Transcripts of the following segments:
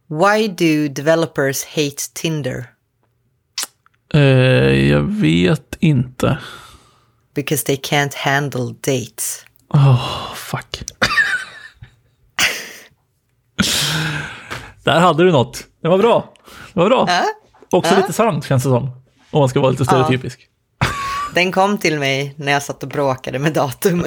Why do developers hate Tinder? Jag vet inte. Because they can't handle dates. Fuck. Där hade du något. Det var bra. Också lite sant, känns det som. Om man ska vara lite stereotypisk. Den kom till mig när jag satt och bråkade med datum.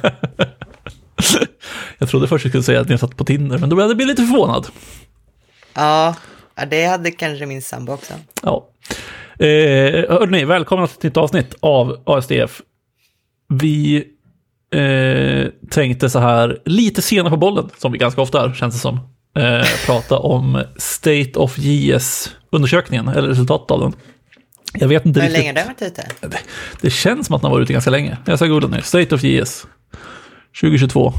Jag trodde först jag skulle säga att ni satt på Tinder, men då hade jag blivit lite förvånad. Ja, det hade kanske min sambo också. Ja. Hörrni, välkomna till ett nytt avsnitt av ASDF. Vi tänkte så här lite senare på bollen, som vi ganska ofta är, känns det som. Prata om State of JS-undersökningen, eller resultatet av den. Jag vet inte riktigt. Hur länge har det varit ute? Det känns som att den har varit ute ganska länge. Jag ska googla nu. State of JS 2022.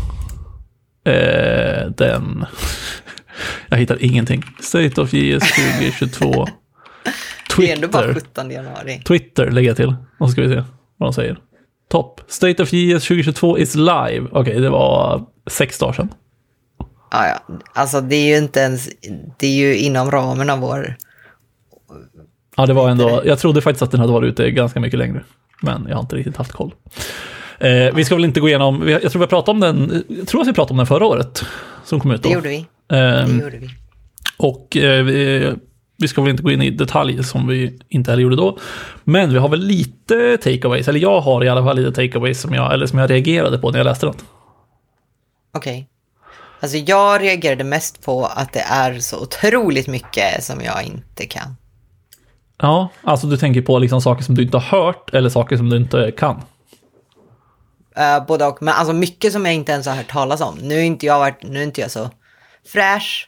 Jag hittar ingenting. State of JS 2022. Twitter. Det är ändå bara 17 januari. Twitter lägger jag till. Och så ska vi se vad de säger. Topp. State of JS 2022 is live. Okej, det var 6 dagar sedan. Ja. Alltså det är ju inte ens... Det är ju inom ramen av vår... Ja, det var ändå... Jag trodde faktiskt att den hade varit ute ganska mycket längre. Men jag har inte riktigt haft koll. Vi ska väl inte gå igenom... Jag tror vi pratade om den... Jag tror att vi pratade om den förra året. Som kom ut då. Det gjorde vi. Och vi ska väl inte gå in i detaljer som vi inte heller gjorde då. Men vi har väl lite takeaways. Eller jag har i alla fall lite takeaways som jag reagerade på när jag läste den. Okej. Alltså jag reagerade mest på att det är så otroligt mycket som jag inte kan. Ja, alltså du tänker på liksom saker som du inte har hört eller saker som du inte kan. Både och, men alltså mycket som jag inte ens har hört talas om. Nu är inte jag så fräsch.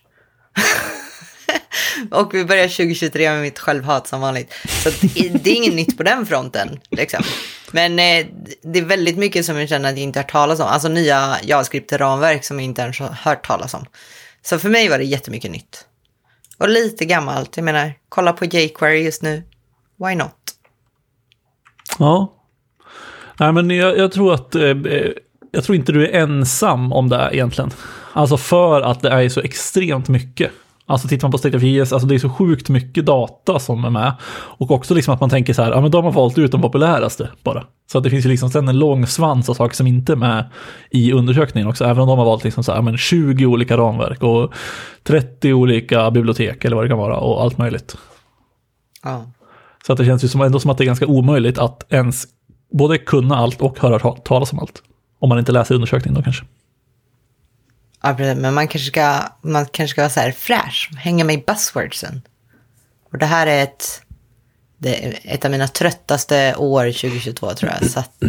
Och vi börjar 2023 med mitt självhat som vanligt. Så det är inget nytt på den fronten liksom. Men det är väldigt mycket som jag känner att jag inte har hört talas om. Alltså nya JavaScript-ramverk som jag inte ens har hört talas om. Så för mig var det jättemycket nytt. Och lite gammalt. Jag menar, kolla på jQuery just nu. Why not? Ja. Nej, men jag tror att jag tror inte du är ensam om det egentligen. Alltså för att det är så extremt mycket. Alltså tittar man på State of JS, alltså det är så sjukt mycket data som är med. Och också liksom att man tänker så här, ja men de har valt ut de populäraste bara. Så att det finns ju liksom sen en lång svans av saker som inte är med i undersökningen också. Även om de har valt liksom så här, men 20 olika ramverk och 30 olika bibliotek eller vad det kan vara och allt möjligt. Ja. Så att det känns ju som att det är ganska omöjligt att ens både kunna allt och höra talas om allt. Om man inte läser undersökningen då kanske. Ja, men man kanske ska vara så här fräsch, hänga med i buzzwordsen. Och det här är ett av mina tröttaste år 2022 tror jag. Så att,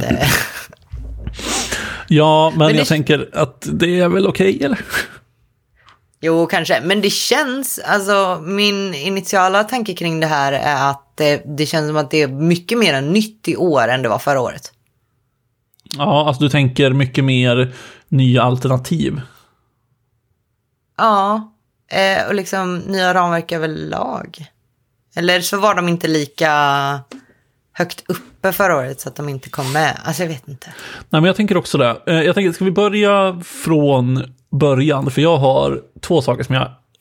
Ja, men jag tänker att det är väl okej, eller? Jo, kanske. Men det känns, alltså min initiala tanke kring det här är att det känns som att det är mycket mer nytt i år än det var förra året. Ja, alltså du tänker mycket mer nya alternativ. Ja, och liksom nya ramverk överlag. Eller så var de inte lika högt uppe förra året så att de inte kom med. Alltså jag vet inte. Nej, men jag tänker också det. Jag tänker, ska vi börja från början? För jag har 4 saker som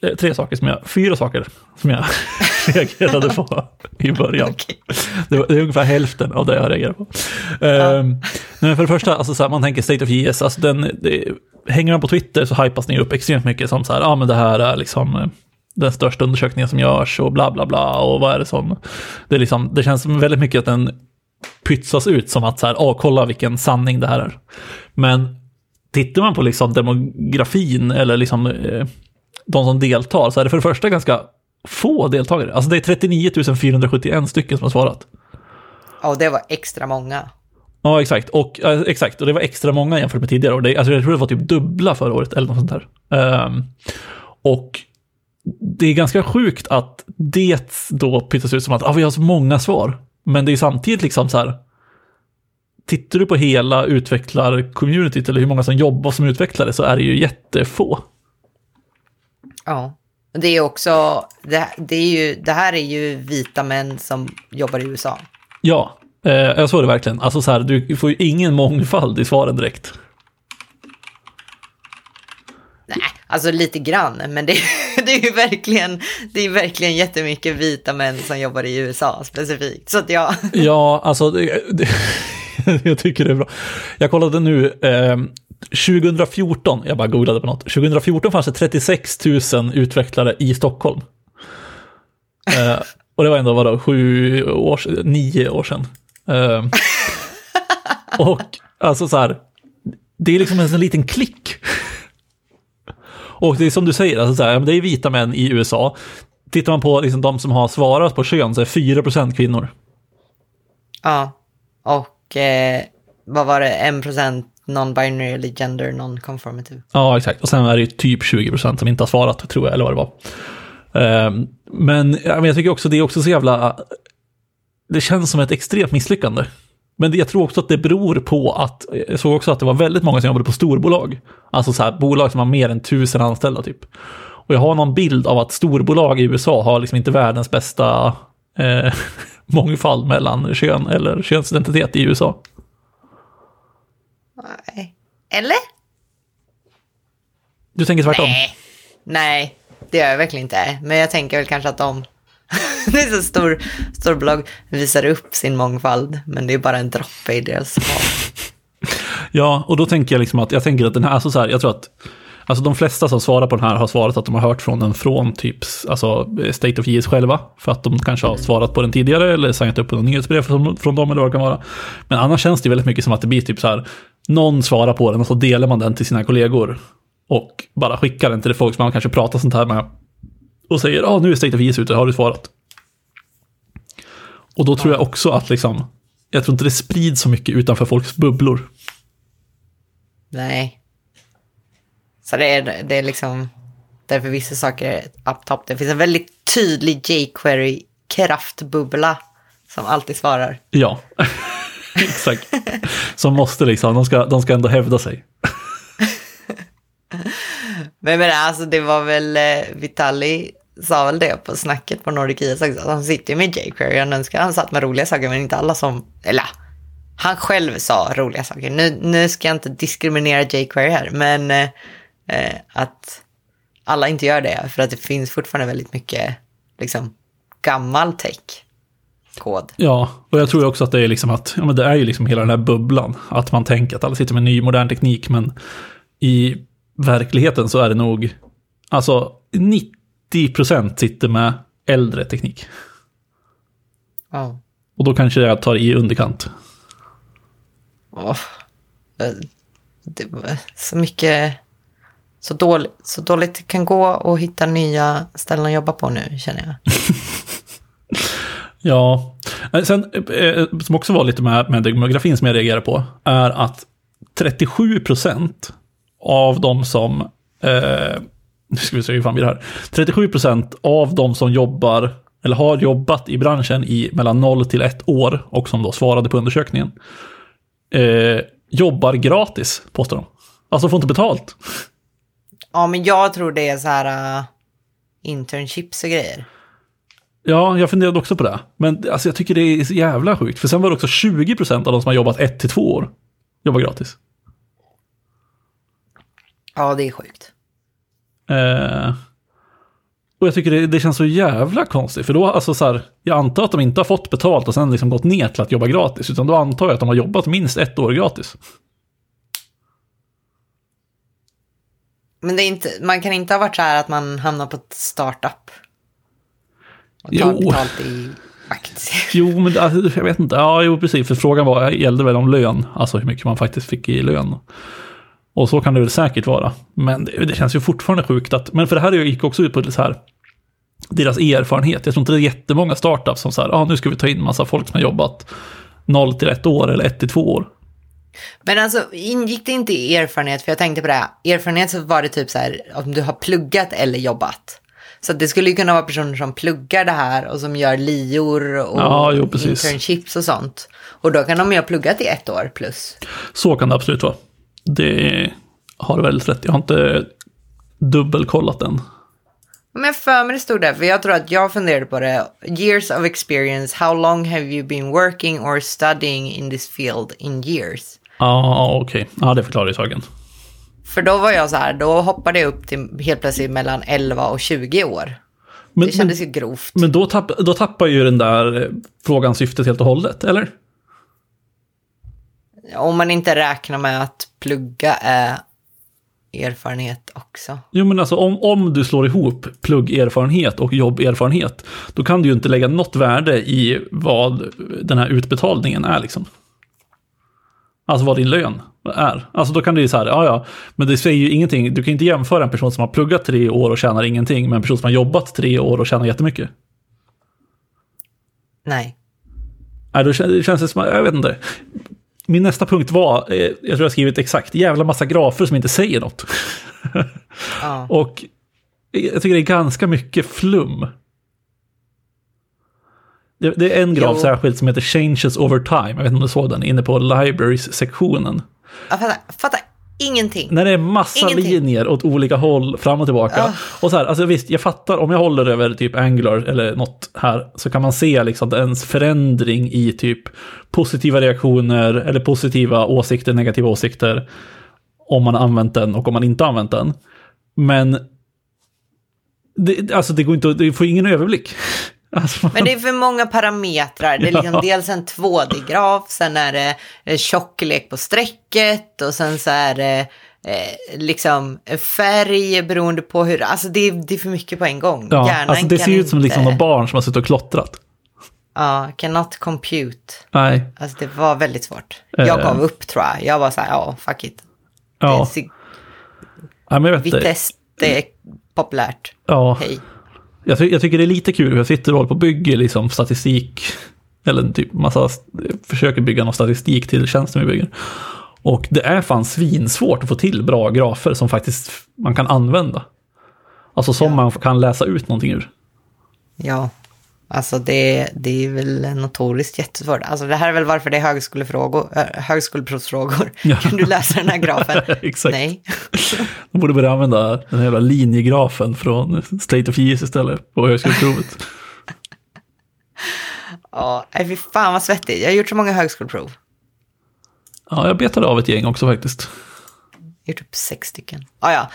jag reagerade på i början. Okay. Det är ungefär hälften av det jag reagerade på. Men för det första, alltså så här, man tänker State of JS, alltså hänger man på Twitter så hypas ni upp extremt mycket som så här, men det här är liksom den största undersökningen som görs och bla bla bla, och vad är det som det känns som väldigt mycket att den pytsas ut som att så här, kolla vilken sanning det här är. Men tittar man på liksom demografin eller liksom de som deltar, så är det för det första ganska få deltagare. Alltså det är 39 471 stycken som har svarat. Ja, och det var extra många. Ja, exakt. Och det var extra många jämfört med tidigare år. Alltså jag tror det var typ dubbla förra året eller något sånt där. Och det är ganska sjukt att det då pytsas ut som att vi har så många svar. Men det är samtidigt liksom så här, tittar du på hela utvecklar-communityt eller hur många som jobbar som utvecklare, så är det ju jättefå. Ja, det är också det här är ju vita män som jobbar i USA. Ja, jag såg det verkligen. Alltså så här, du får ju ingen mångfald i svaren direkt. Nej, alltså lite grann, men det det är verkligen jättemycket vita män som jobbar i USA specifikt. Så att Ja, alltså jag tycker det är bra. Jag kollade nu 2014, jag bara googlade på något. 2014 fanns det 36 000 utvecklare i Stockholm. Och det var ändå 9 år sedan. Och alltså så här, det är liksom en liten klick. Och det är som du säger, alltså så här, det är vita män i USA. Tittar man på liksom de som har svarat på kön så är 4% kvinnor. Ja, och vad var det? 1% non-binary eller gender non-conformative. Ja, exakt. Och sen är det ju typ 20% som inte har svarat, tror jag, eller vad det var. Men jag tycker också det är också så jävla... Det känns som ett extremt misslyckande. Men jag tror också att det beror på att... Jag såg också att det var väldigt många som jobbade på storbolag. Alltså så här, bolag som har mer än 1000 anställda typ. Och jag har någon bild av att storbolag i USA har liksom inte världens bästa mångfald mellan kön eller könsidentitet i USA. Nej. Eller? Du tänker tvärtom? Nej, det gör jag verkligen inte. Men jag tänker väl kanske att det är så storbolag visar upp sin mångfald, men det är bara en droppe i deras hav. Ja, och då tänker jag liksom att den här, alltså så här, jag tror att alltså de flesta som svarar på den här har svarat att de har hört från typ alltså State of JS själva, för att de kanske har svarat på den tidigare eller signat upp på någon nyhetsbrev från dem eller vad det kan vara. Men annars känns det väldigt mycket som att det blir typ så här, någon svarar på den och så delar man den till sina kollegor och bara skickar den till det folk som man kanske pratar sånt här med och säger, nu är State of JS ute, har du svarat? Och då tror jag också att liksom, jag tror inte det sprids så mycket utanför folks bubblor. Nej. Så det är liksom därför vissa saker är up top. Det finns en väldigt tydlig jQuery-kraftbubbla som alltid svarar. Ja, exakt. Som måste liksom, de ska ändå hävda sig. Men alltså det var väl Vitali sa väl det på snacket på Nordic IS också. Han sitter med jQuery och han satt med roliga saker, men inte alla som, eller han själv sa roliga saker. Nu ska jag inte diskriminera jQuery här, men att alla inte gör det, för att det finns fortfarande väldigt mycket liksom gammal tech-kod. Ja, och jag tror också att det är liksom att, men det är ju liksom hela den här bubblan, att man tänker att alla sitter med ny modern teknik, men i verkligheten så är det nog, alltså 90% sitter med äldre teknik. Ja. Och då kanske jag tar i underkant. Det var så mycket, så dåligt det kan gå att hitta nya ställen att jobba på nu, känner jag. Ja, sen som också var lite med demografin som jag reagerar på, är att 37% av de som nu ska vi se hur fan vi är här. 37% av de som jobbar eller har jobbat i branschen i mellan 0 till 1 år och som då svarade på undersökningen jobbar gratis, påstår de. Alltså får inte betalt. Ja, men jag tror det är så här internships och grejer. Ja, jag funderade också på det. Men alltså, jag tycker det är så jävla sjukt. För sen var det också 20% av de som har jobbat 1 till 2 år jobbar gratis. Ja, det är sjukt. Och jag tycker det känns så jävla konstigt. För då, alltså så här, jag antar att de inte har fått betalt och sen liksom gått ner till att jobba gratis. Utan då antar jag att de har jobbat minst 1 år gratis. Men det är inte, man kan inte ha varit så här att man hamnar på ett startup och tar betalt i aktier. Jo, men alltså, jag vet inte. Ja, jo, precis. För frågan gällde väl om lön. Alltså hur mycket man faktiskt fick i lön. Och så kan det väl säkert vara. Men det känns ju fortfarande sjukt att... Men för det här gick också ut på så här, deras erfarenhet. Jag tror inte det är jättemånga startups som så här, nu ska vi ta in massa folk som har jobbat 0 till 1 år eller 1 till 2 år. Men alltså, ingick det inte i erfarenhet? För jag tänkte på det här. Erfarenhet så var det typ så här, om du har pluggat eller jobbat. Så det skulle ju kunna vara personer som pluggar det här och som gör lior och internships och sånt. Och då kan de ju ha pluggat i 1 år plus. Så kan det absolut vara. Det har du väldigt rätt. Jag har inte dubbelkollat den. Men för mig det stod där, för jag tror att jag funderade på det. Years of experience, how long have you been working or studying in this field in years? Ja, okej. Ja, det förklarar ju saken. För då var jag så här, då hoppade jag upp till helt plötsligt mellan 11 och 20 år. Det kändes ju grovt. Men då tappar ju den där frågan syftet helt och hållet, eller? Om man inte räknar med att plugga är erfarenhet också. Jo, men alltså om du slår ihop pluggerfarenhet och jobberfarenhet, då kan du ju inte lägga något värde i vad den här utbetalningen är liksom. Alltså vad din lön är. Alltså då kan du ju så här, ja, men det säger ju ingenting. Du kan inte jämföra en person som har pluggat 3 år och tjänar ingenting med en person som har jobbat 3 år och tjänar jättemycket. Nej. Nej, då känns det som, jag vet inte. Min nästa punkt var, jag tror jag har skrivit exakt, jävla massa grafer som inte säger något. Ja. Och jag tycker det är ganska mycket flum. Det är en graf särskilt som heter Changes Over Time. Jag vet inte om du såg den, inne på Libraries-sektionen. Jag fattar ingenting. När det är massa linjer åt olika håll, fram och tillbaka. Och så här, alltså visst, jag fattar, om jag håller över typ Angular eller något här, så kan man se liksom ens förändring i typ positiva reaktioner eller positiva åsikter, negativa åsikter, om man har använt den och om man inte har använt den. Men det går inte, det får ingen överblick. Alltså, men det är för många parametrar. Det är liksom dels en 2D-graf, sen är det tjocklek på strecket och sen så är det liksom färg beroende på hur... Alltså det är för mycket på en gång. Ja, alltså det ser ut som liksom några barn som har suttit och klottrat. Ja, cannot compute. Nej. Alltså det var väldigt svårt. Jag gav upp, tror jag. Jag var så här, fuck it. Ja. Men jag vet Vitesse, det är populärt. Ja. Hej. Jag tycker det är lite kul hur jag sitter och håller på och bygger liksom statistik, eller typ försöker bygga någon statistik till tjänsten vi bygger. Och det är fan svinsvårt att få till bra grafer som faktiskt man kan använda. Alltså som man kan läsa ut någonting ur. Ja. Alltså det är väl notoriskt jättesvårt. Alltså det här är väl varför det är högskoleprovsfrågor. Ja. Kan du läsa den här grafen? Exakt. Nej. De borde börja använda den här jävla linjegrafen från State of JS istället på högskoleprovet. Ja, fy fan vad svettigt. Jag har gjort så många högskoleprov. Ja, jag betade av ett gäng också faktiskt. Jag har gjort upp 6 stycken. Ja.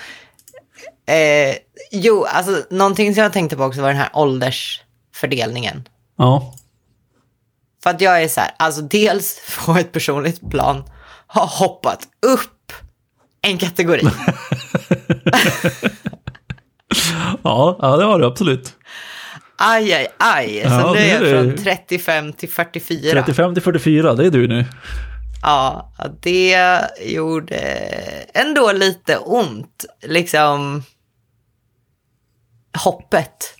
Alltså någonting som jag tänkte på också var den här åldersfördelningen. Ja. För att jag är så här, alltså dels på ett personligt plan har hoppat upp en kategori. Ja, det har du absolut. Aj. Så nu är jag från 35 till 44. 35 till 44, det är du nu. Ja, det gjorde ändå lite ont. Liksom hoppet.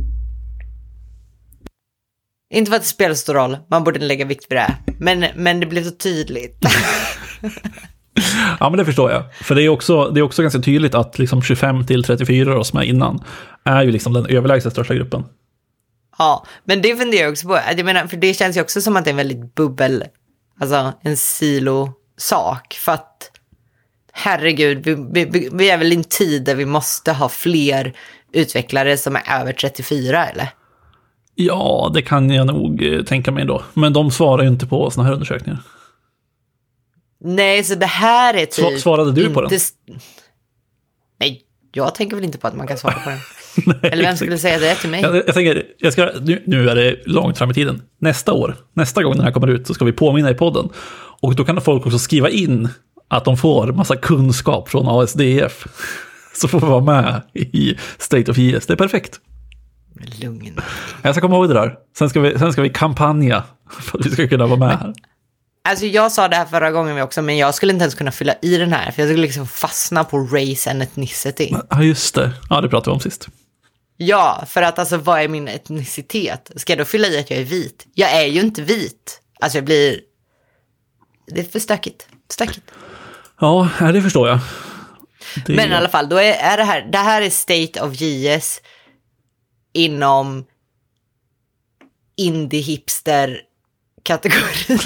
Inte för att det spelar så stor roll. Man borde lägga vikt vid det. Men det blev så tydligt. Ja, men det förstår jag. För det är också ganska tydligt att liksom 25 till 34 år som är innan är ju liksom den överlägset största gruppen. Ja, men det funderar jag också på. Jag menar, för det känns ju också som att det är en väldigt alltså en silo-sak. För att, herregud, vi är väl i en tid där vi måste ha fler utvecklare som är över 34, eller? Ja, det kan jag nog tänka mig då. Men de svarar ju inte på såna här undersökningar. Nej, så det här är typ... Svarade du på den? Nej, jag tänker väl inte på att man kan svara på den. Nej, eller vem skulle säga det till mig? Jag tänker, nu är det långt fram i tiden. Nästa gång den här kommer ut så ska vi påminna i podden. Och då kan folk också skriva in att de får massa kunskap från ASDF. Så får vi vara med i State of JS. Det är perfekt. Lugn. Jag ska komma ihåg det där. Sen ska vi kampanja för att vi ska kunna vara med här. Alltså jag sa det här förra gången också, men jag skulle inte ens kunna fylla i den här. För jag skulle liksom fastna på race and ethnicity. Ja, just det. Ja, det pratade vi om sist. Ja, för att alltså vad är min etnicitet? Ska jag då fylla i att jag är vit? Jag är ju inte vit. Alltså det är för stökigt. Ja, det förstår jag. Men i alla fall, då är det här är State of JS inom indie-hipster-kategorin.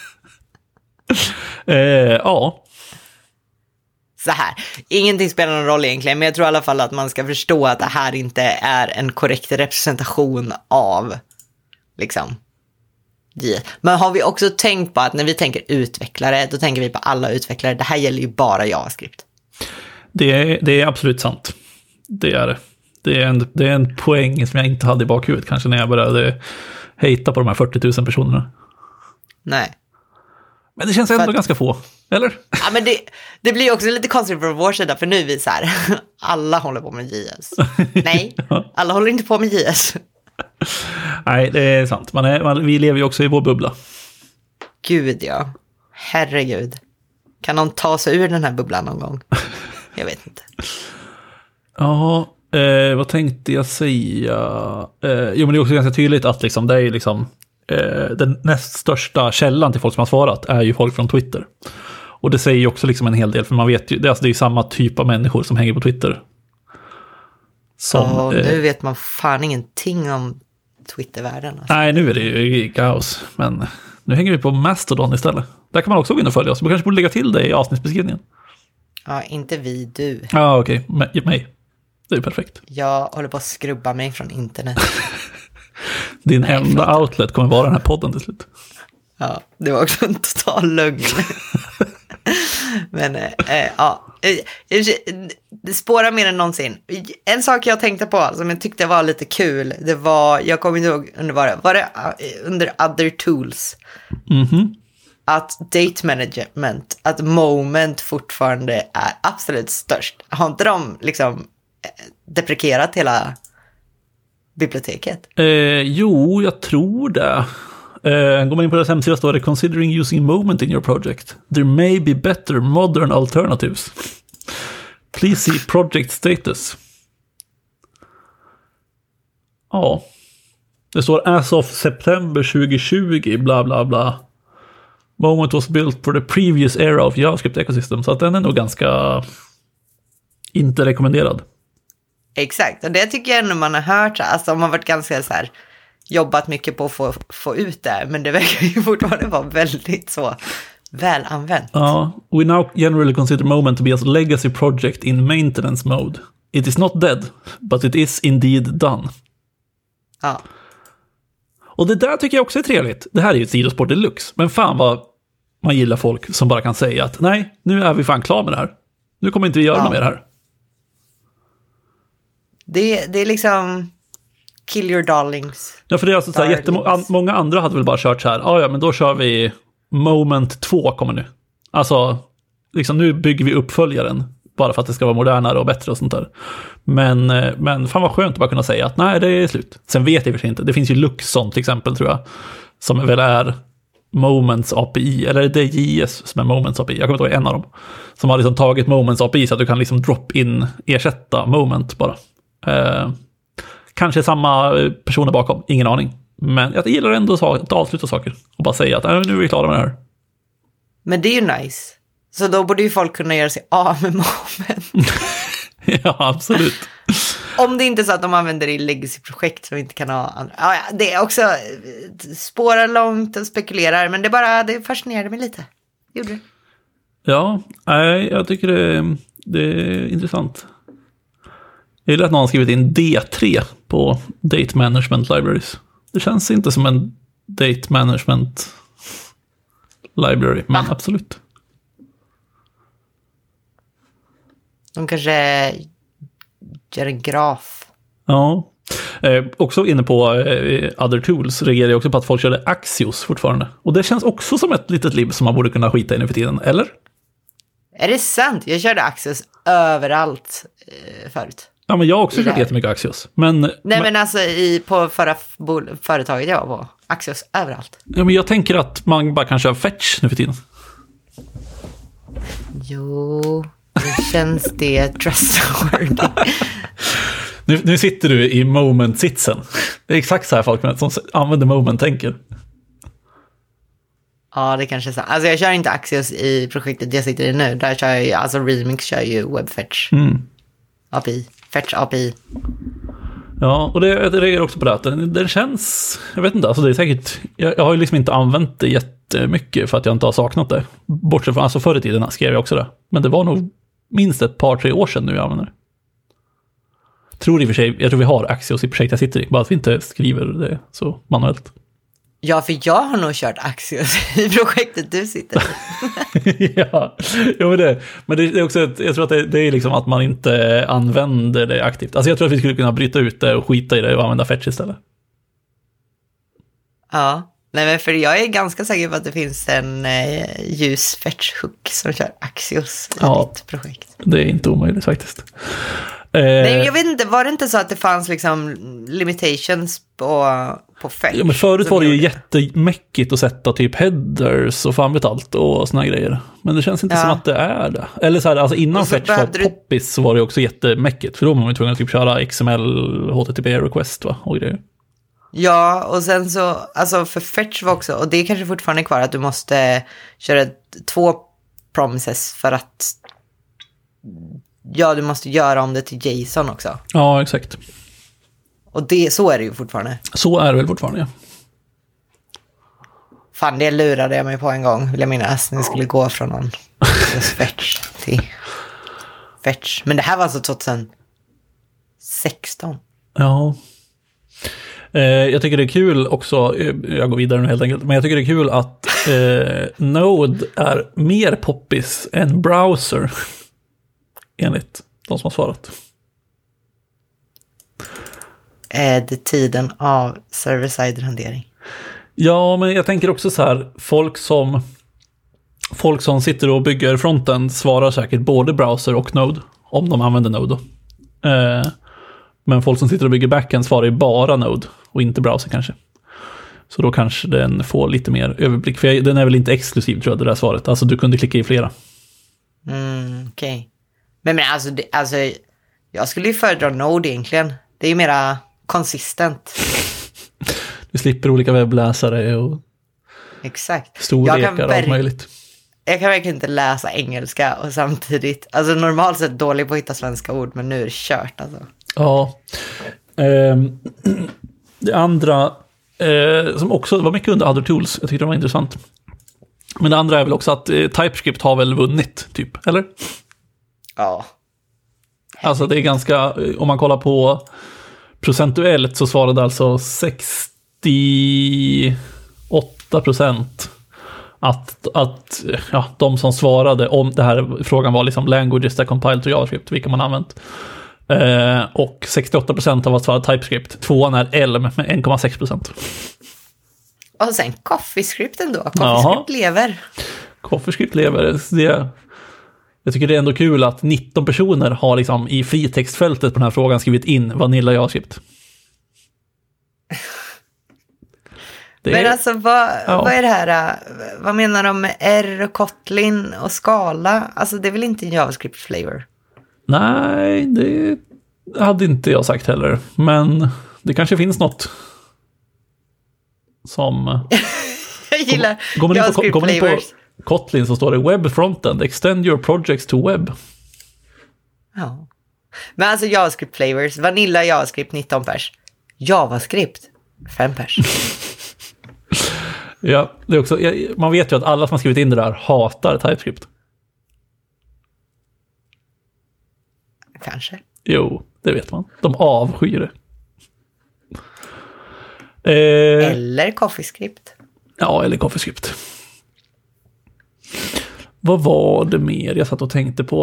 Ja. Så här, ingenting spelar någon roll egentligen, men jag tror i alla fall att man ska förstå att det här inte är en korrekt representation av liksom JS. Men har vi också tänkt på att när vi tänker utvecklare, då tänker vi på alla utvecklare. Det här gäller ju bara JavaScript. Det är absolut sant. Det är det. Det är en poäng som jag inte hade i bakhuvudet kanske när jag började hejta på de här 40 000 personerna. Nej. Men det känns ändå ganska få, eller? Ja, men det blir också lite konstigt från vår sida, för nu är vi så här, alla håller på med JS. Nej, alla håller inte på med JS. Nej, det är sant. Vi lever ju också i vår bubbla. Gud, ja. Herregud. Kan någon ta sig ur den här bubblan någon gång? Jag vet inte. Ja, vad tänkte jag säga? Jo, men det är också ganska tydligt att liksom, det är liksom, den näst största källan till folk som har svarat är ju folk från Twitter. Och det säger ju också liksom en hel del, för man vet ju, det är ju samma typ av människor som hänger på Twitter. Nu vet man fan ingenting om Twittervärlden. Alltså. Nej, nu är det ju kaos. Men nu hänger vi på Mastodon istället. Där kan man också gå in och följa oss. Man kanske borde lägga till det i avsnittsbeskrivningen. Ja, inte vi, du. Ja, okej. Mig. Det är perfekt. Jag håller på att skrubba mig från internet. Din enda outlet kommer vara den här podden till slut. Ja, det var också en total lögn. Men det spårar mer än någonsin. En sak jag tänkte på som jag tyckte var lite kul, det var, jag kommer inte ihåg var det under other tools. Att date management, att Moment fortfarande är absolut störst. Har inte de liksom deprekerat hela biblioteket? Jo, jag tror det. Går man in på deras hemsida står det considering using Moment in your project. There may be better modern alternatives. Please see project status. Ja. Det står as of September 2020 bla bla bla. Moment was built for the previous era of JavaScript ecosystem. Så att den är nog ganska inte rekommenderad. Exakt, och det tycker jag ändå man har hört. Alltså man har varit ganska så här, jobbat mycket på att få ut det. Men det verkar ju fortfarande vara väldigt så väl använt. Ja, we now generally consider Moment to be a legacy project in maintenance mode. It is not dead, but it is indeed done. Ja. Och det där tycker jag också är trevligt. Det här är ju ett sidospår deluxe. Men fan vad man gillar folk som bara kan säga att nej, nu är vi fan klar med det här. Nu kommer inte vi göra något mer här. Det är liksom kill your darlings. Ja, för det är alltså så här, många andra hade väl bara kört så här. Ja, men då kör vi Moment 2 kommer nu. Alltså, liksom nu bygger vi uppföljaren. Bara för att det ska vara modernare och bättre och sånt där. Men fan vad skönt att bara kunna säga att nej, det är slut. Sen vet jag för inte. Det finns ju Luxon till exempel tror jag. Som väl är Moments API. Eller det är JS som är Moments API. Jag kommer inte ihåg en av dem. Som har liksom tagit Moments API så att du kan liksom drop-in ersätta Moment bara. Kanske samma personer bakom. Ingen aning. Men jag gillar ändå att avsluta saker. Och bara säga att nu är vi klara med det här. Men det är ju nice. Så då borde ju folk kunna göra sig av med Moment. Ja, absolut. Om det inte är så att de använder det i legacy-projekt som inte kan ha andra. Ja, det är också spårar långt och spekulerar. Men det fascinerade mig lite. Gjorde det? Ja, jag tycker det är intressant. Jag gillar att någon har skrivit in D3 på Date Management Libraries. Det känns inte som en Date Management Library, men absolut. De kanske gör en graf. Ja. Också inne på Other Tools reagerar jag också på att folk körde Axios fortfarande. Och det känns också som ett litet lib som man borde kunna skita i nu för tiden, eller? Är det sant? Jag körde Axios överallt förut. Ja, men jag har också kört jättemycket Axios. Men alltså på förra företaget jag var på. Axios överallt. Ja, men jag tänker att man bara kan köra Fetch nu för tiden. Jo, det känns det trustworthy. Nu sitter du i Moment-sitsen. Det är exakt så här folk som använder Moment tänker. Ja, det kanske är så. Alltså jag kör inte Axios i projektet jag sitter i nu. Där kör jag, alltså Remix kör ju WebFetch. API. Fetch API. Ja, och det reagerar också på det. Den känns, jag vet inte, alltså det är säkert, jag har ju liksom inte använt det jättemycket för att jag inte har saknat det. Bortsett från, alltså förr i tiden skrev jag också det. Men det var nog minst ett par, 3 år sedan nu jag använder det. Jag tror vi har Axios i projekt jag sitter i, bara att vi inte skriver det så manuellt. Ja, för jag har nog kört Axios i projektet du sitter i. Ja, men det är också jag tror att det är liksom att man inte använder det aktivt. Alltså jag tror att vi skulle kunna bryta ut det och skita i det och använda fetch istället. Ja, nej men för jag är ganska säker på att det finns en ljus fetch-hook som kör Axios i ditt projekt. Det är inte omöjligt faktiskt. Nej, jag vet inte, var det inte så att det fanns liksom limitations på fetch? Ja, men förut var det ju jättemäckigt att sätta typ headers och fan vet allt och såna grejer. Men det känns inte som att det är det. Eller så här, alltså innan fetch var poppis så var det också jättemäckigt. För då var man ju tvungen att typ köra XML, HTTP request och grejer. Ja, och sen så, alltså för fetch var också, och det är kanske fortfarande kvar att du måste köra 2 promises för att du måste göra om det till JSON också. Ja, exakt. Och så är det ju fortfarande. Så är det väl fortfarande, ja. Fan, det lurade jag mig på en gång, vill jag minnas. Ni skulle gå från någon fetch till fetch. Men det här var alltså 2016. Ja. Jag tycker det är kul också, jag går vidare nu helt enkelt, men jag tycker det är kul att Node är mer poppis än browser, enligt de som har svarat. Är det tiden av server-side-rendering? Ja, men jag tänker också så här, folk som sitter och bygger fronten svarar säkert både browser och Node, om de använder Node då. Men folk som sitter och bygger backend svarar ju bara Node och inte browser kanske. Så då kanske den får lite mer överblick. För den är väl inte exklusiv, tror jag, det där svaret. Alltså du kunde klicka i flera. Okej. Men alltså, jag skulle ju föredra Node egentligen. Det är ju mera konsistent. Du slipper olika webbläsare och exakt. Storlekar och allt möjligt. Jag kan verkligen inte läsa engelska och samtidigt, alltså normalt sett dålig på att hitta svenska ord, men nu är det kört alltså. Ja. Det andra som också var mycket under other tools, jag tyckte det var intressant. Men det andra är väl också att TypeScript har väl vunnit, typ, eller? Ja. Alltså det är ganska, om man kollar på procentuellt så svarade alltså 68% att de som svarade om det här, frågan var liksom languages that compile to JavaScript, vilka man använt. Och 68% av att svara TypeScript. Tvåan är Elm med 1,6%. Och sen CoffeeScript ändå. CoffeeScript lever. CoffeeScript lever. Jag tycker det är ändå kul att 19 personer har liksom i fritextfältet på den här frågan skrivit in Vanilla JavaScript. Men alltså, vad är det här? Vad menar de med R och Kotlin och Scala? Alltså, det är väl inte en JavaScript-flavor? Nej, det hade inte jag sagt heller. Men det kanske finns något som... jag gillar Går man in på Kotlin så står det Web Frontend, extend your projects to web. Ja. Men alltså JavaScript-flavors, Vanilla JavaScript 19 pers. JavaScript 5 pers. Ja, det är också, man vet ju att alla som har skrivit in det där hatar TypeScript. Kanske. Jo, det vet man. De avskyr det. Eller CoffeeScript. Ja, eller CoffeeScript. Vad var det mer jag satt och tänkte på?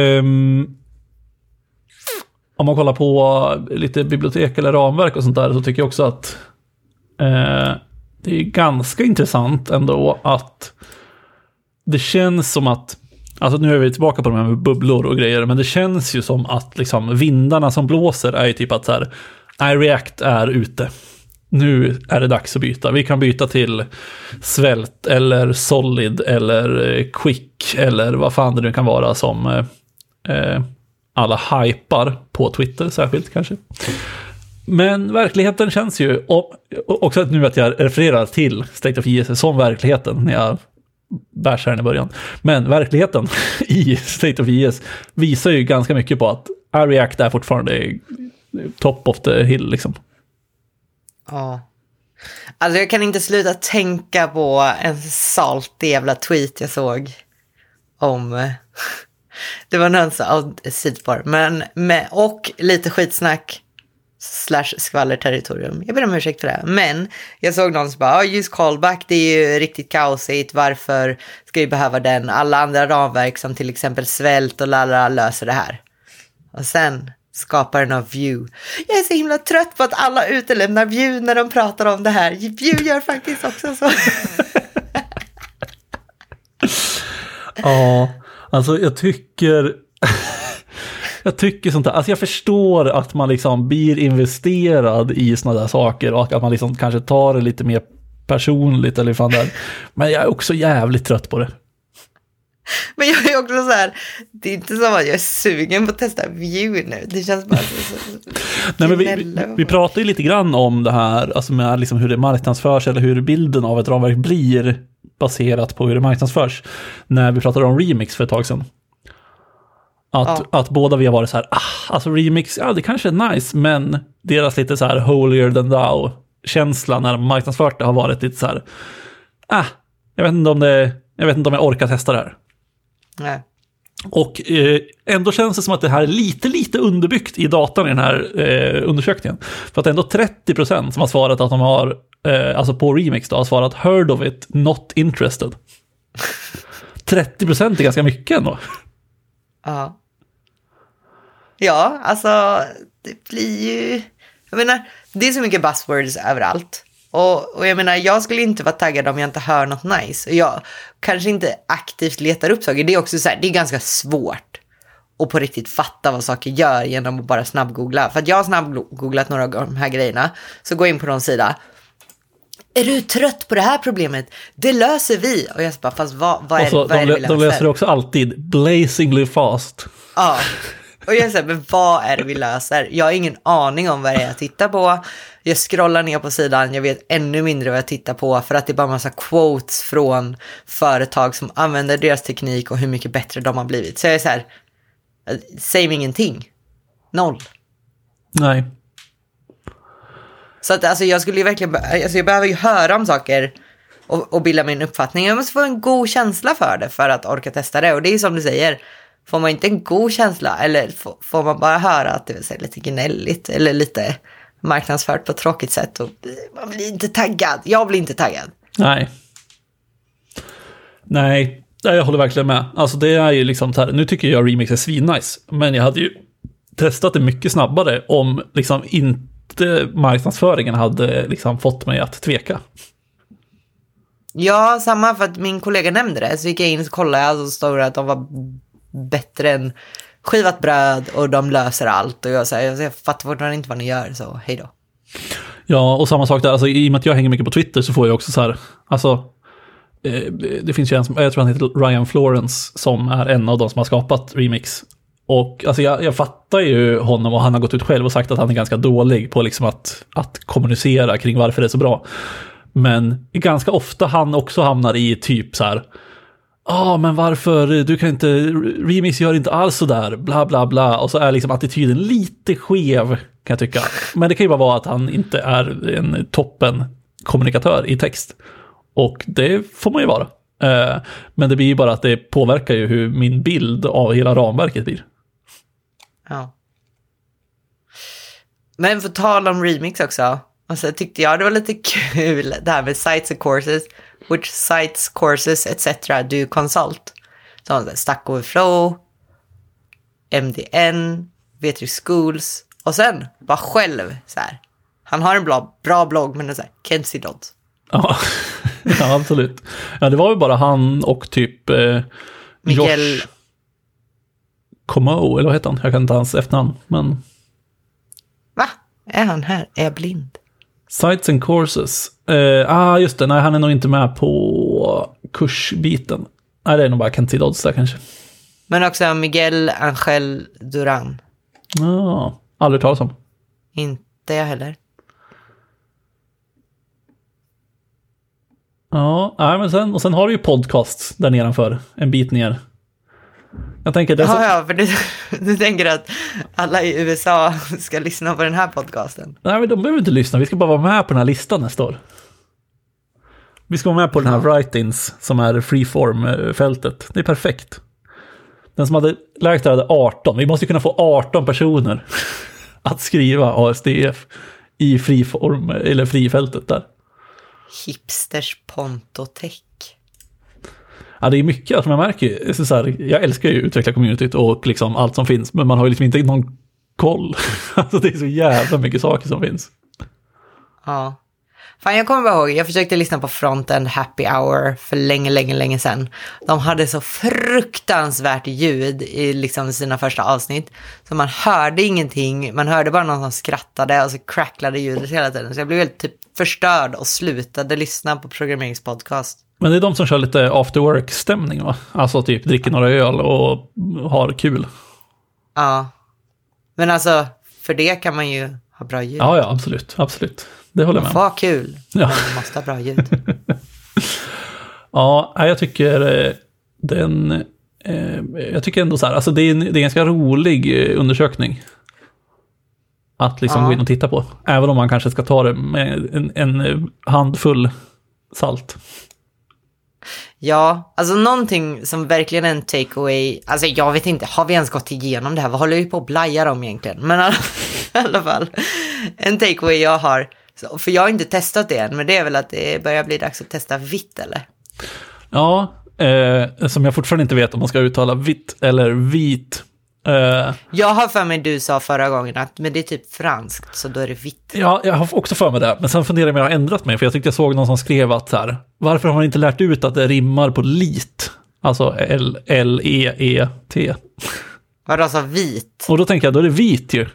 Om man kollar på lite bibliotek eller ramverk och sånt där, så tycker jag också att det är ganska intressant ändå att det känns som att, alltså nu är vi tillbaka på de här med bubblor och grejer, men det känns ju som att liksom vindarna som blåser är ju typ att så här, React är ute. Nu är det dags att byta. Vi kan byta till Svelte eller Solid eller Quick eller vad fan det nu kan vara som alla hypar på Twitter särskilt kanske. Men verkligheten känns ju, också att nu att jag refererar till State of JS som verkligheten när jag bärs här i början. Men verkligheten i State of JS visar ju ganska mycket på att React är fortfarande top of the hill liksom. Ja. Alltså jag kan inte sluta tänka på en saltig jävla tweet jag såg om det var någon sidspår, men och lite skitsnack slash skvallerterritorium. Jag ber om ursäkt för det. Men jag såg någon som bara, just callback, det är ju riktigt kaosigt. Varför ska vi behöva den? Alla andra ramverk som till exempel svält och lalala löser det här. Och sen skaparen av Vue. Jag är så himla trött på att alla utelämnar Vue när de pratar om det här. Vue gör faktiskt också så. Ja, alltså jag tycker sånt där, alltså jag förstår att man liksom blir investerad i såna där saker och att man liksom kanske tar det lite mer personligt eller fan där. Men jag är också jävligt trött på det. Men jag är också så här, det är inte som att jag är sugen på att testa Vue nu. Det känns bara så nej, men vi pratar ju lite grann om det här, alltså med liksom hur det marknadsförs eller hur bilden av ett ramverk blir baserat på hur det marknadsförs. När vi pratade om Remix för ett tag sedan. Att båda vi har varit så här, alltså Remix, ja det kanske är nice, men deras lite så här holier than thou känsla när de marknadsfört det har varit lite så här, jag vet inte om jag orkar testa det här. Nej. Och ändå känns det som att det här är lite underbyggt i datan i den här undersökningen. För att ändå 30% som har svarat att de har, alltså på Remix då, har svarat heard of it, not interested. 30% är ganska mycket ändå. Ja. Ja, alltså det blir ju, jag menar, det är så mycket buzzwords överallt. Och jag menar, jag skulle inte vara taggad om jag inte hör något nice. Och jag kanske inte aktivt letar upp saker. Det är också så här, det är ganska svårt att på riktigt fatta vad saker gör genom att bara snabbgoogla. För att jag har snabbgooglat några av de här grejerna. Så gå in på någon sida. Är du trött på det här problemet? Det löser vi. Och jag bara, fast vad är det vi löser? De löser också alltid blazingly fast. Ja. Och jag säger, men vad är det vi löser? Jag har ingen aning om vad det är jag tittar på. Jag scrollar ner på sidan, jag vet ännu mindre vad jag tittar på för att det är bara en massa quotes från företag som använder deras teknik och hur mycket bättre de har blivit. Så jag är så här, säg mig ingenting. Noll. Nej. Så att alltså jag skulle ju verkligen, alltså jag behöver ju höra om saker och bilda min uppfattning. Jag måste få en god känsla för det för att orka testa det. Och det är som du säger, får man inte en god känsla eller får man bara höra att det är lite gnälligt eller lite marknadsfört på ett tråkigt sätt och man blir inte taggad. Jag blir inte taggad. Nej, jag håller verkligen med. Alltså det är ju liksom här, nu tycker jag Remix är svinnice, men jag hade ju testat det mycket snabbare om liksom inte marknadsföringen hade liksom fått mig att tveka. Ja, samma, för att min kollega nämnde det. Så gick jag in och kollade och så stod det att de var bättre än skivat bröd och de löser allt. Och jag säger, jag fattar fortfarande inte vad ni gör, så hej då. Ja, och samma sak där, alltså i och med att jag hänger mycket på Twitter så får jag också så här, alltså det finns ju en som, jag tror han heter Ryan Florence, som är en av de som har skapat Remix. Och alltså jag fattar ju honom, och han har gått ut själv och sagt att han är ganska dålig på liksom att kommunicera kring varför det är så bra. Men ganska ofta han också hamnar i typ så här, men varför, du kan inte, Remix gör inte alls så där, bla bla bla, och så är liksom attityden lite skev, kan jag tycka. Men det kan ju bara vara att han inte är en toppen kommunikatör i text, och det får man ju vara. Men det blir ju bara att det påverkar ju hur min bild av hela ramverket blir. Ja. Men för tal om Remix också, alltså tyckte jag det var lite kul det här med sites and courses, which sites, courses, etc. do consult. Så Stack Overflow, MDN, V3 Schools, och sen bara själv så här. Han har en bra blogg, men det är så här, Kenzie Dodds. Ja, ja, absolut. Ja, det var ju bara han och typ Miguel Josh Como, eller vad heter han? Jag kan inte hans efternamn, men... Va? Är han här? Är jag blind? Sites and courses. Just det. Nej, han är nog inte med på kursbiten. Nej, det är nog bara Kenzie Dodds där kanske. Men också Miguel Angel Duran. Aldrig talas om. Inte jag heller. Ja, men sen har du ju podcasts där nedanför, en bit ner. Jag tänker det. Ja, för du tänker att alla i USA ska lyssna på den här podcasten. Nej, men de behöver inte lyssna. Vi ska bara vara med på den här listan nästa år. Vi ska vara med på den här write-ins som är freeform-fältet. Det är perfekt. Den som hade lägst hade 18. Vi måste kunna få 18 personer att skriva ASDF i friform eller frifältet där. Hipsters Pontotech. Ja, det är mycket, alltså man märker så här, jag älskar ju utveckla communityt och liksom allt som finns, men man har ju liksom inte någon koll. Alltså det är så jävla mycket saker som finns. Ja. Fan, jag kommer bara ihåg, jag försökte lyssna på Frontend Happy Hour för länge sedan. De hade så fruktansvärt ljud i liksom sina första avsnitt. Så man hörde ingenting, man hörde bara någon som skrattade och så cracklade ljudet hela tiden. Så jag blev helt typ förstörd och slutade lyssna på programmeringspodcast. Men det är de som kör lite after work-stämning, va? Alltså typ dricker några öl och har kul. Ja. Men alltså, för det kan man ju ha bra ljud. Ja, absolut. Det håller jag med. Vad kul, ja. Men man måste ha bra ljud. Ja, jag tycker jag tycker ändå så här, alltså det är en ganska rolig undersökning att liksom gå in och titta på. Även om man kanske ska ta det med en handfull salt. Ja, alltså någonting som verkligen är en takeaway. Alltså jag vet inte, har vi ens gått igenom det här? Vad håller vi på att blaja om egentligen? Men i alla fall, en takeaway jag har. För jag har inte testat det än, men det är väl att det börjar bli dags att testa vitt, eller? Ja, som jag fortfarande inte vet om man ska uttala vitt eller vit. Jag har för mig du sa förra gången att men det är typ franskt, så då är det vitt. Ja, jag har också för mig det. Men sen funderar jag om jag har ändrat mig, för jag tyckte jag såg någon som skrev att så här, varför har man inte lärt ut att det rimmar på lit? Alltså L-E-E-T. Vadå, alltså vit? Och då tänker jag, då är det vit ju.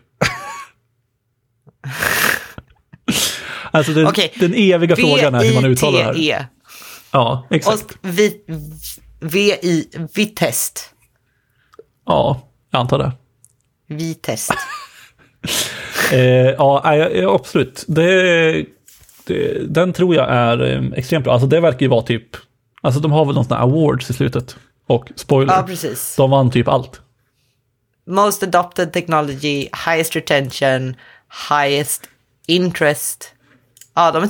Alltså den eviga frågan är hur man uttalar det här. V-I-T-E. Ja, exakt. Och V-I-Vitest. Ja, jag antar det. Vitest. Ja, absolut. Den tror jag är extremt bra. Alltså det verkar ju vara typ, alltså de har väl någon sån här awards i slutet. Och spoiler, Ja, precis. De vann typ allt. Most adopted technology, highest retention, highest interest. Ja, de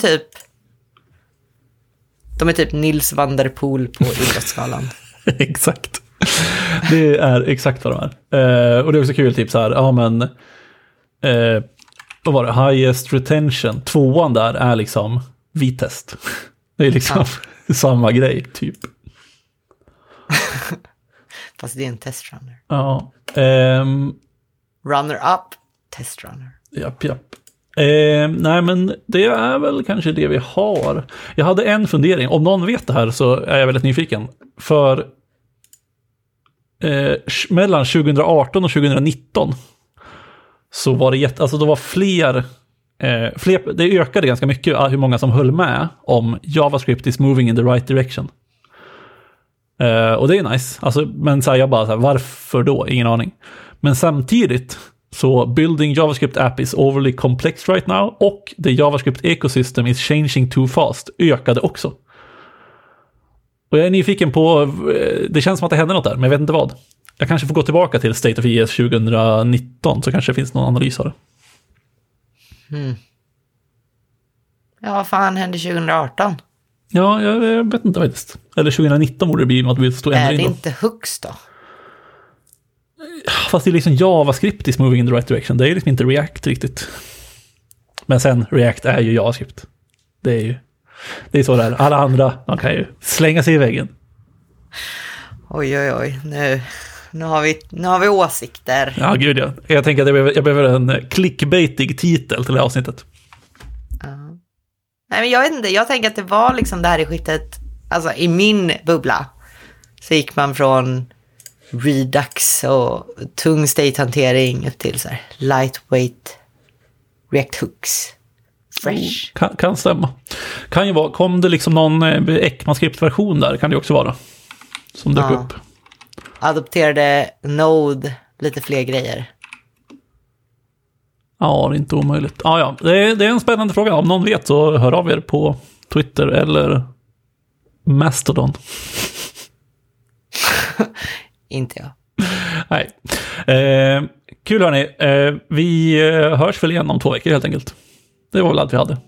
är typ Nils van der Poel på idrottsskalan. Exakt. Det är exakt vad de är. Och det är också kul, typ så här, ja men vad var det? Highest retention. 2:an där är liksom vitest. Det är liksom samma grej, typ. Fast det är en testrunner. Ja. Runner-up, testrunner. Japp. Nej, men det är väl kanske det vi har. Jag hade en fundering. Om någon vet det här så är jag väldigt nyfiken. För mellan 2018 och 2019 så var det alltså det var fler, det ökade ganska mycket hur många som höll med om JavaScript is moving in the right direction. Och det är nice. Alltså, men så här, jag bara så här, varför då? Ingen aning. Men samtidigt så building JavaScript app is overly complex right now, och the JavaScript ecosystem is changing too fast ökade också. Och jag är nyfiken på, det känns som att det händer något där, men jag vet inte vad. Jag kanske får gå tillbaka till State of ES 2019, så kanske det finns någon analys av det. Ja, vad fan hände 2018? Ja, jag vet inte faktiskt. Eller 2019 borde det bli något vi står ändå in. Är det inte Hooks då? Fast det är liksom JavaScript is moving in the right direction. Det är liksom inte React riktigt. Men sen, React är ju JavaScript. Det är så där. Alla andra, de kan ju slänga sig i väggen. Oj. Nu har vi åsikter. Ja, gud ja. Jag tänker att jag behöver en clickbaitig titel till det här avsnittet. Nej, men jag vet inte. Jag tänker att det var liksom det här i skittet. Alltså i min bubbla så gick man från Redux och tung state-hantering upp till så här lightweight React Hooks. Fresh. Kan stämma. Kan ju vara, kom det liksom någon ECMAScript-version där, kan det också vara. Som dök upp. Adopterade Node lite fler grejer. Ja, det är inte omöjligt. Ja. Det är en spännande fråga. Om någon vet så hör av er på Twitter eller Mastodon. Inte jag. Nej. Kul hörni. Vi hörs väl igen om 2 veckor helt enkelt. Det var väl allt vi hade.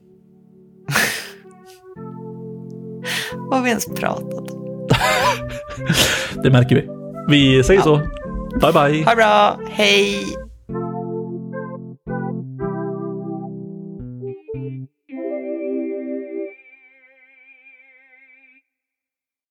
Vad har vi ens pratat om? Det märker vi. Vi säger så. Bye bye. Ha bra. Hej.